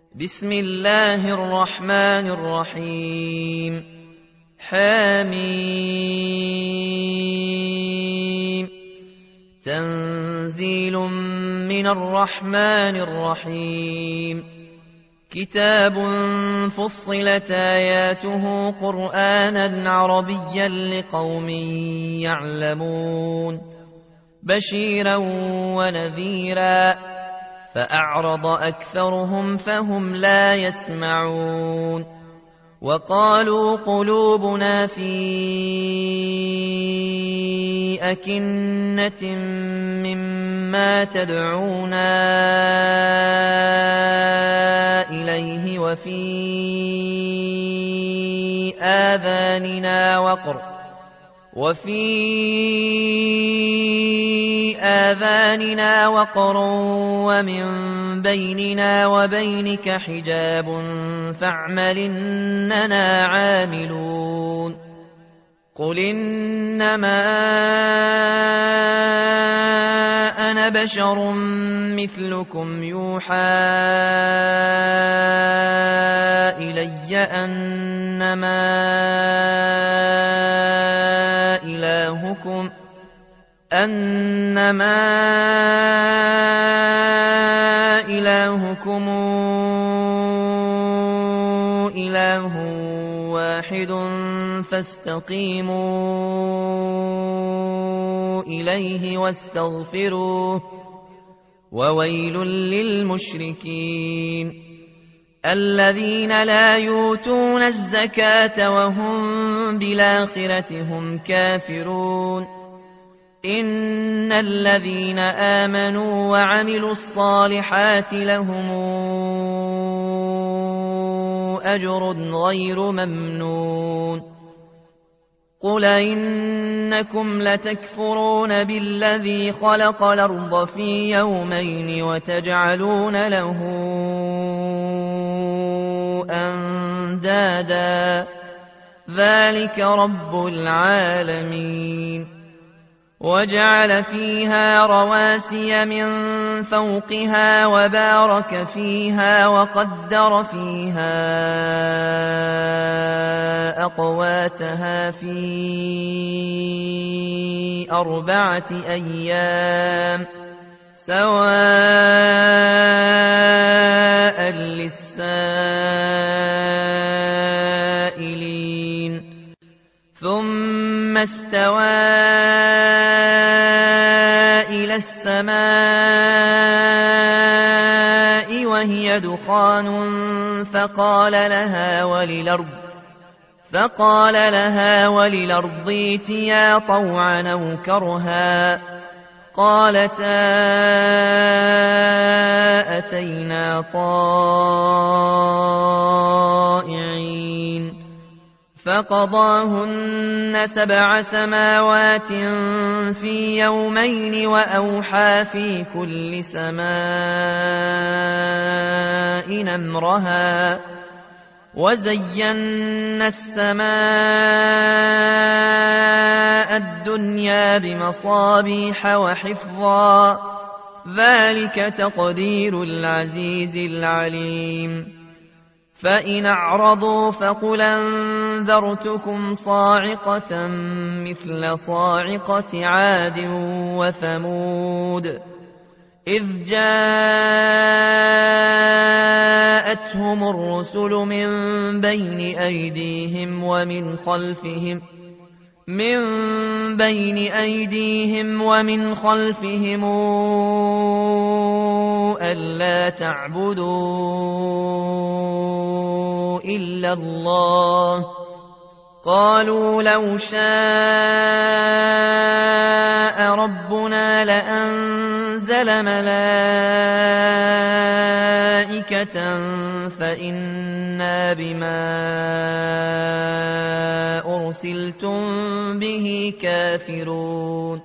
بسم الله الرحمن الرحيم حميم تنزيل من الرحمن الرحيم كتاب فصلت آياته قرآنا عربيا لقوم يعلمون بشيرا ونذيرا فأعرض أكثرهم فهم لا يسمعون وقالوا قلوبنا في أكنة مما تدعونا إليه وفي آذاننا وقر ومن بيننا وبينك حجاب فاعمل إننا عاملون قل إنما أنا بشر مثلكم يوحى إلي أنما إلهكم إله واحد فاستقيموا إليه واستغفروه وويل للمشركين الذين لا يؤتون الزكاة وهم بالآخرة هم كافرون إن الذين آمنوا وعملوا الصالحات لهم أجر غير ممنون قل إنكم لتكفرون بالذي خلق الأرض في يومين وتجعلون له أندادا ذلك رب العالمين وجعل فيها رواسي من فوقها وبارك فيها وقدر فيها أقواتها في 4 أيام سواء للسائلين ثم استوى إلى السماء وهي دخان فقال لها وللأرض ائتيا طوعا أو كرها قالتا أتينا طائعين فقضاهن 7 سماوات في يومين وأوحى في كل سماء أمرها وزينا السماء الدنيا بمصابيح وحفظا ذلك تقدير العزيز العليم فإن أعرضوا فقل أنذرتكم صاعقة مثل صاعقة عاد وثمود إذ جاءتهم الرسل من بين أيديهم ومن خلفهم ألا تعبدوا إلا الله قالوا لو شاء ربنا لأنزل ملائكة فإنا بما أرسلتم به كافرون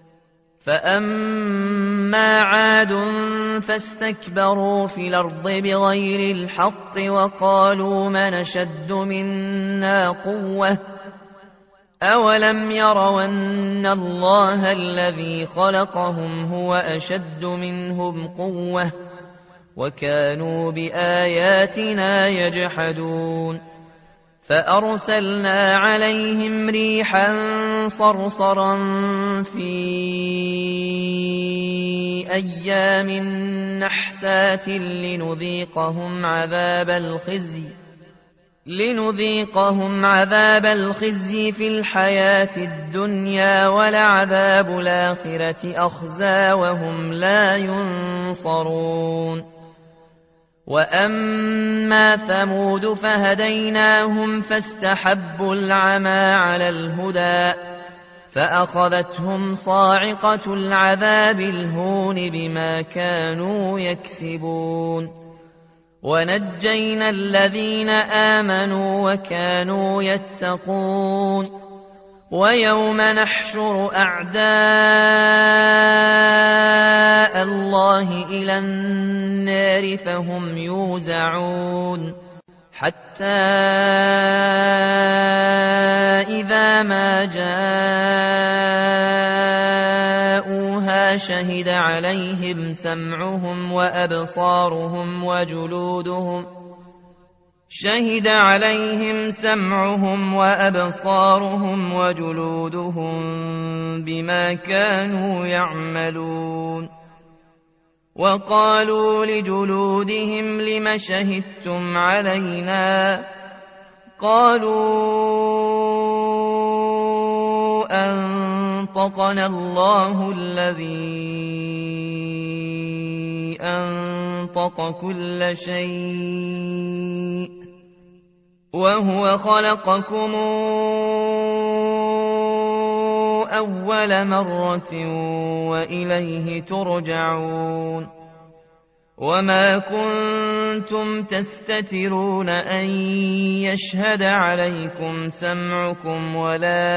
فأما عاد فاستكبروا في الأرض بغير الحق وقالوا من أشد منا قوة أولم يروا أن الله الذي خلقهم هو أشد منهم قوة وكانوا بآياتنا يجحدون فأرسلنا عليهم ريحا صرصرا في أيام نحسات لنذيقهم عذاب الخزي في الحياة الدنيا ولعذاب الآخرة أخزى وهم لا ينصرون وأما ثمود فهديناهم فاستحبوا العمى على الهدى فأخذتهم صاعقة العذاب الهون بما كانوا يكسبون ونجينا الذين آمنوا وكانوا يتقون ويوم نحشر أعداء الله إلى النار فهم يوزعون حتى إذا ما جاءوها شهد عليهم سمعهم وأبصارهم وجلودهم بما كانوا يعملون وقالوا لجلودهم لم شهدتم علينا قالوا أنطقنا الله الذي أنطق كل شيء وهو خلقكم أول مرة وإليه ترجعون وما كنتم تستترون أن يشهد عليكم سمعكم ولا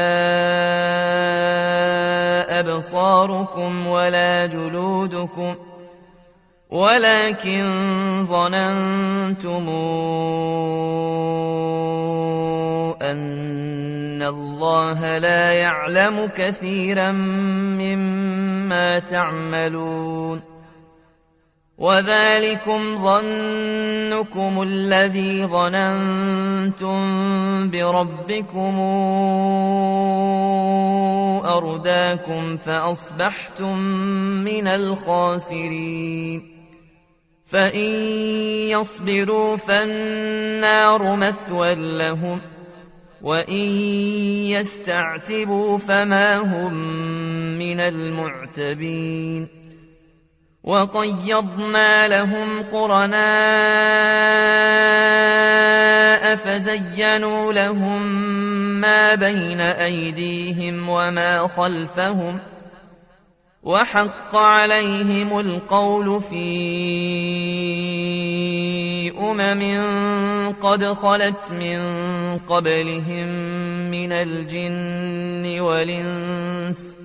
أبصاركم ولا جلودكم ولكن ظننتم أن الله لا يعلم كثيرا مما تعملون وذلكم ظنكم الذي ظننتم بربكم أرداكم فأصبحتم من الخاسرين فإن يصبروا فالنار مثوى لهم وإن يستعتبوا فما هم من المعتبين وقيضنا لهم قرناء فزينوا لهم ما بين أيديهم وما خلفهم وحق عليهم القول في قد خلت من قبلهم من الجن والإنس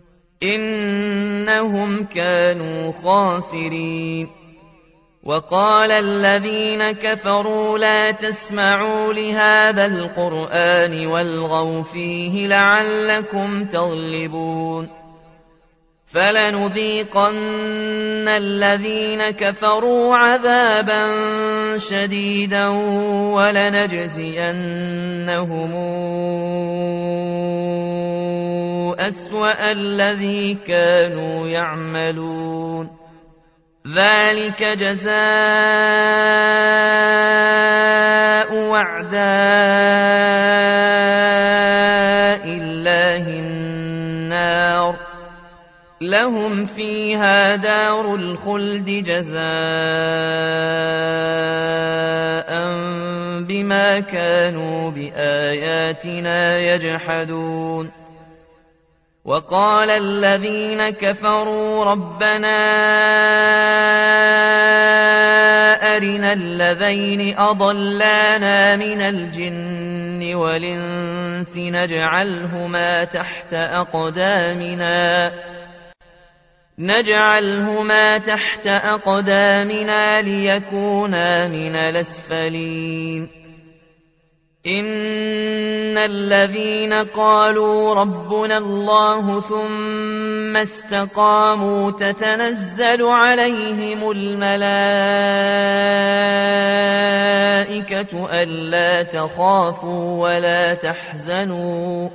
إنهم كانوا خاسرين وقال الذين كفروا لا تسمعوا لهذا القرآن والغوا فيه لعلكم تغلبون فلنذيقن الذين كفروا عذابا شديدا ولنجزينهم أسوأ الذي كانوا يعملون ذلك جزاء أعداء الله النار لهم فيها دار الخلد جزاء بما كانوا بآياتنا يجحدون وقال الذين كفروا ربنا أرنا الذين أضلانا من الجن والإنس نجعلهما تحت أقدامنا ليكونا من الأسفلين إن الذين قالوا ربنا الله ثم استقاموا تتنزل عليهم الملائكة ألا تخافوا ولا تحزنوا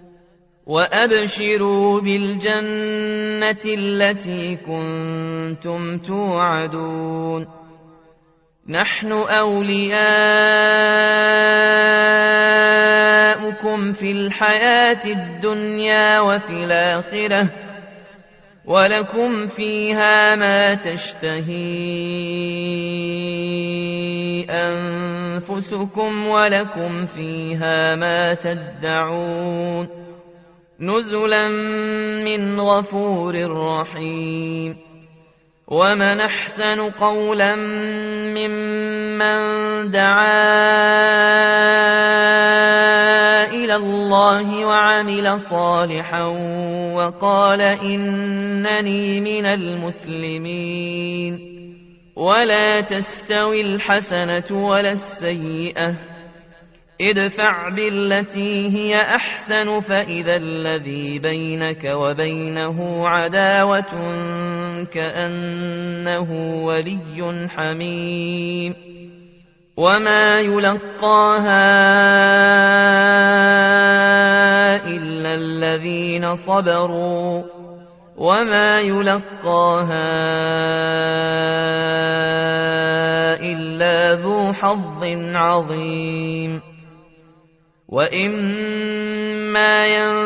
وأبشروا بالجنة التي كنتم توعدون نحن أولياؤكم في الحياة الدنيا وفي الآخرة ولكم فيها ما تشتهي أنفسكم ولكم فيها ما تدعون نزلا من غفور رحيم ومن أحسن قولا ممن دعا إلى الله وعمل صالحا وقال إنني من المسلمين ولا تستوي الحسنة ولا السيئة ادفع بالتي هي أحسن فإذا الذي بينك وبينه عداوة كأنه ولي حميم وما يلقاها إلا الذين صبروا وما يلقاها إلا ذو حظ عظيم وإما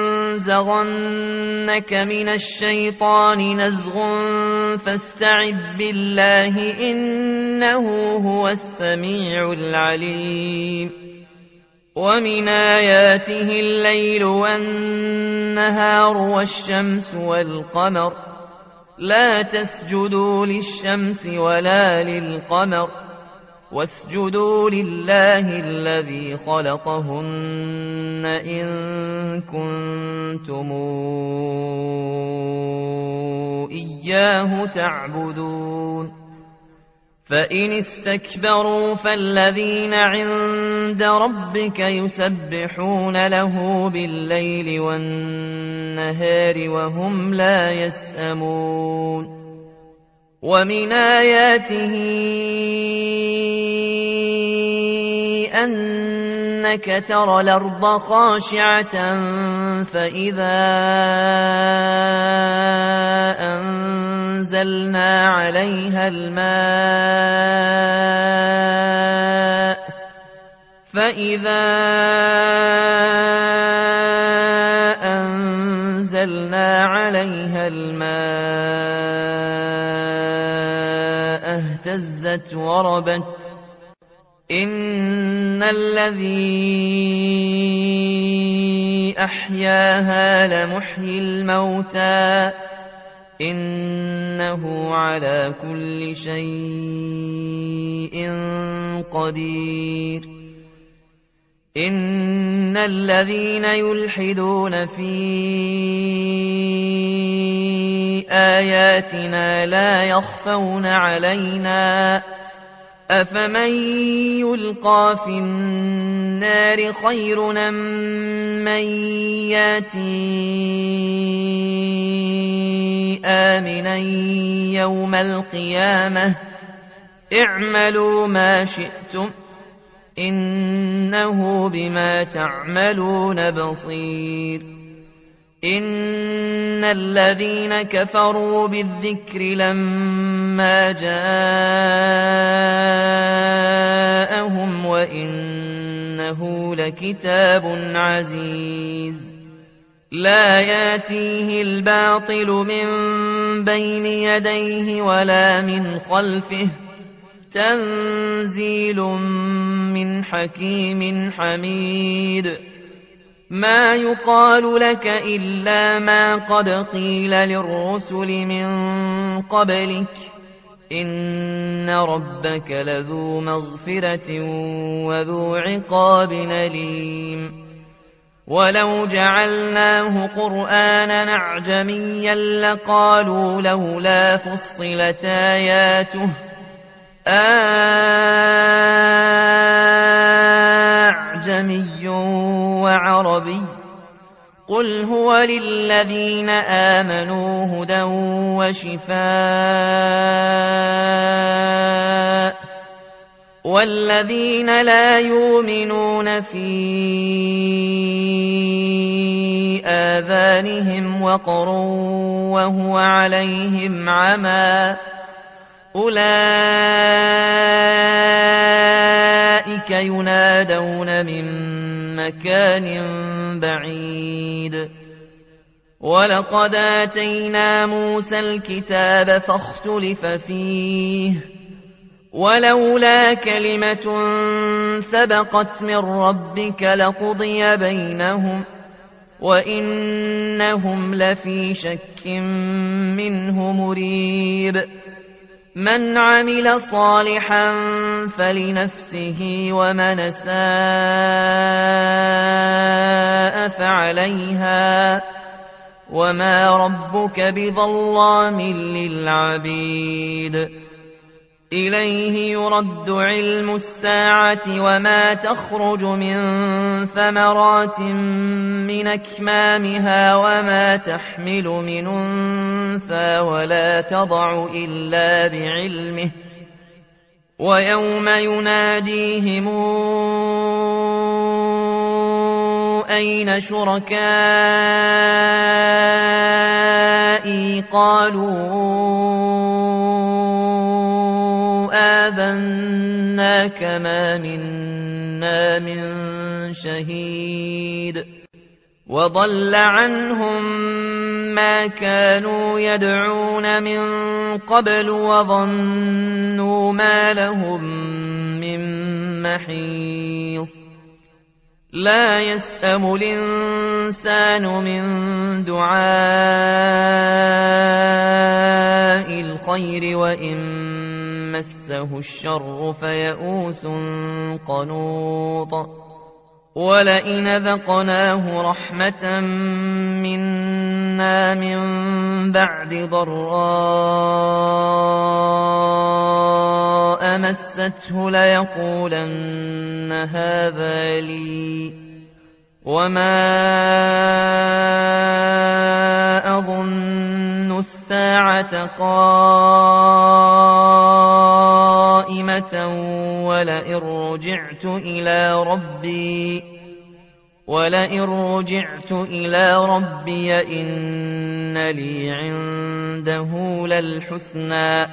ينزغنك من الشيطان نزغ فاستعذ بالله إنه هو السميع العليم ومن آياته الليل والنهار والشمس والقمر لا تسجدوا للشمس ولا للقمر واسجدوا لله الذي خلقهن إن كنتم إياه تعبدون فإن استكبروا فالذين عند ربك يسبحون له بالليل والنهار وهم لا يسأمون ومن آياته أنك ترى الأرض خاشعة فإذا أنزلنا عليها الماء اهتزت وربت إن الذي أحياها لمحيي الموتى إنه على كل شيء قدير إن الذين يلحدون في آياتنا لا يخفون علينا أفمن يلقى في النار خير أم من ياتي آمنا يوم القيامة اعملوا ما شئتم إنه بما تعملون بصير إن الذين كفروا بالذكر لما جاءهم وإنه لكتاب عزيز لا ياتيه الباطل من بين يديه ولا من خلفه تنزيل من حكيم حميد ما يقال لك إلا ما قد قيل للرسل من قبلك إن ربك لذو مغفرة وذو عقاب أليم ولو جعلناه قرآنا أعجميا لقالوا لولا فصلت آياته أعجمي قل هو للذين آمنوا هدى وشفاء والذين لا يؤمنون في آذانهم وقر وهو عليهم عمى أولئك ينادون من مكان بعيد ولقد آتينا موسى الكتاب فاختلف فيه ولولا كلمة سبقت من ربك لقضي بينهم وإنهم لفي شك منه مريب من عمل صالحا فلنفسه ومن أساء فعليها وما ربك بظلام للعبيد إليه يرد علم الساعة وما تخرج من ثمرات من أكمامها وما تحمل من أنثى ولا تضع إلا بعلمه ويوم يناديهم أين شركائي قالوا آذناك ما منا من شهيد وضل عنهم ما كانوا يدعون من قبل وظنوا ما لهم من محيص لا يسأم الإنسان من دعاء الخير وإن مسه الشر فيئوس قنوط ولئن ذقناه رحمة منا من بعد ضراء مسته ليقولن هذا لي وما أظن الساعة قائمة ولئن رجعت إلى ربي إن لي عنده للحسنى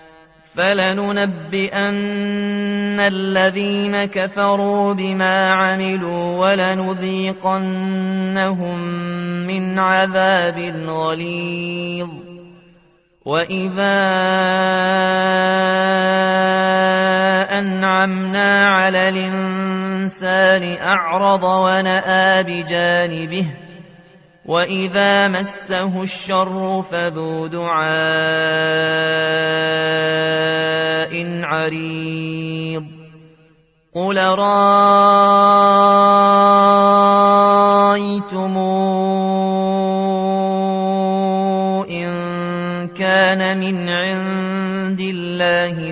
فلننبئن الذين كفروا بما عملوا ولنذيقنهم من عذاب غليظ وإذا أنعمنا على الإنسان أعرض ونأى بجانبه وإذا مسه الشر فذو دعاء عريض قل رأيتم إن كان من عند الله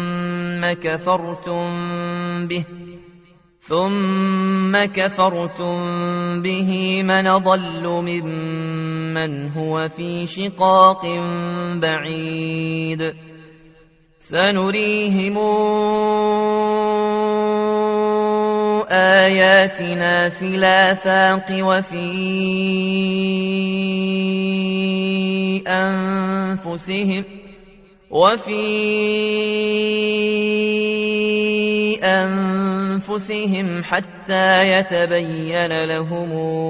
ثم كفرتم به من ضل ممن هو في شقاق بعيد سنريهم آياتنا في الآفاق وفي أنفسهم حتى يتبين لهم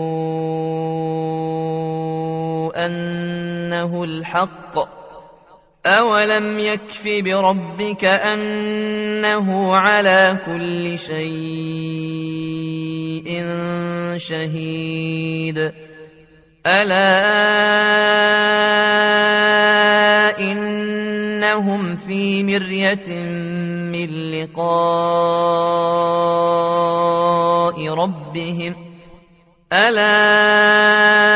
أنه الحق أولم يكف بربك أنه على كل شيء شهيد ألا إنهم في مرية من لقاء ربهم ألا